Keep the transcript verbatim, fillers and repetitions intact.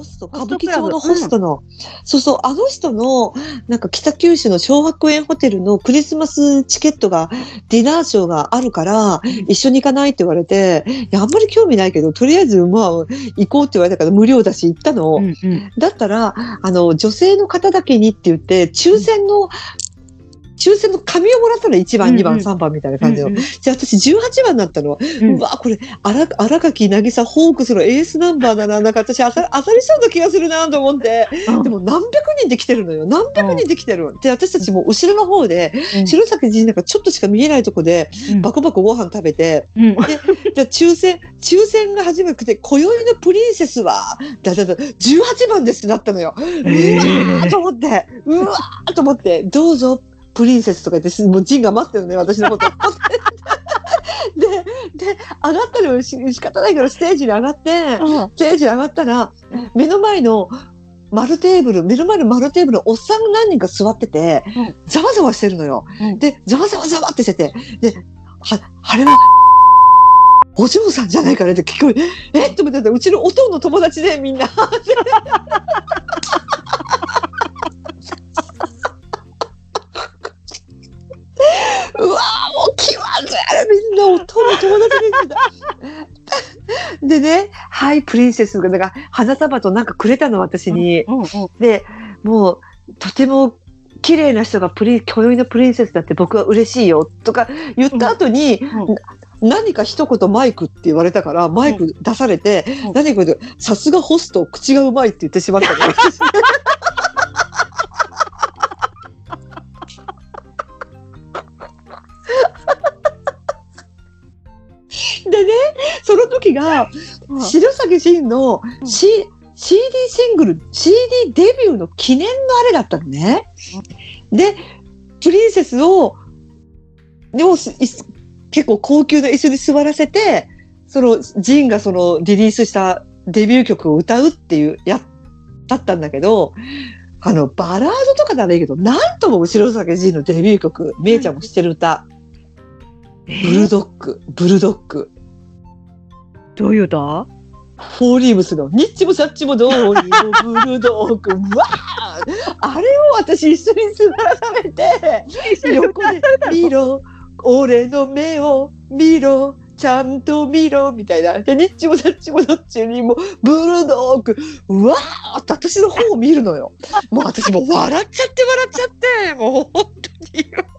スト、歌舞伎町のホストの、うん、そうそう、あの人の、なんか北九州の小白園ホテルのクリスマスチケットが、ディナーショーがあるから、うん、一緒に行かないって言われて、いや、あんまり興味ないけど、とりあえず、まあ、行こうって言われたから無料だし行ったの。うんうん、だったら、あの、女性の方だけにって言って、抽選の、うん抽選の紙をもらったのいちばん、うんうん、にばん、さんばんみたいな感じの。うんうん、じゃあ私じゅうはちばんだったの。うん、うわ、これ、荒垣渚ホークスのエースナンバーだな。なんか私当た、当たりそうな気がするなと思って。うん、でも何百人で来てるのよ。何百人で来てる。うん、で、私たちも後ろの方で、うん、白崎神なんかちょっとしか見えないとこで、うん、バコバコご飯食べて、うん、で、じゃあ抽選、抽選が始めて、今宵のプリンセスは、だだだ、じゅうはちばんですってなったのよ。えー、うわーと思って、うわーと思って、どうぞ。プリンセスとか言って、もうジンが待ってるね、私のこと。で、で、上がったら仕方ないからステージに上がって、うん、ステージに上がったら、目の前の丸テーブル、目の前の丸テーブルのおっさんが何人か座ってて、うん、ざわざわしてるのよ。うん、で、ざわざわざわってしてて、で、は、あれは、お嬢さんじゃないかねって聞こえ、えっと思ってたうちのおとんの友達でみんな。うわーもう気まずいみんなおとんの友達ででね、はいプリンセスがなんか花束となんかくれたの私に、うんうんうん、でもうとても綺麗な人がプリ今宵のプリンセスだって僕は嬉しいよとか言った後に、うんうん何か一言マイクって言われたからマイク出されて、うん、何かでさすがホスト口がうまいって言ってしまったのでねその時が、うん、白崎仁の、うん C、シーディー シングル シーディー デビューの記念のあれだったのね、うん、でプリンセスをでも結構高級な椅子に座らせて、その、ジンがそのリリースしたデビュー曲を歌うっていう、や、だったんだけど、あの、バラードとかならいいけど、なんとも白崎ジンのデビュー曲、めいちゃんも知ってる歌。ブルドッグ、ブルドッグ。 どういう歌？ フォーリーブスの、ニッチもサッチもどうにもブルドッグ、わーあれを私一緒に座らされて、横で見ろ、俺の目を見ろ、ちゃんと見ろ、みたいな。で、ニッチもサッチもどっちにも、ブルドッグ、うわーって私の方を見るのよ。もう私もう笑っちゃって笑っちゃって、もう本当に。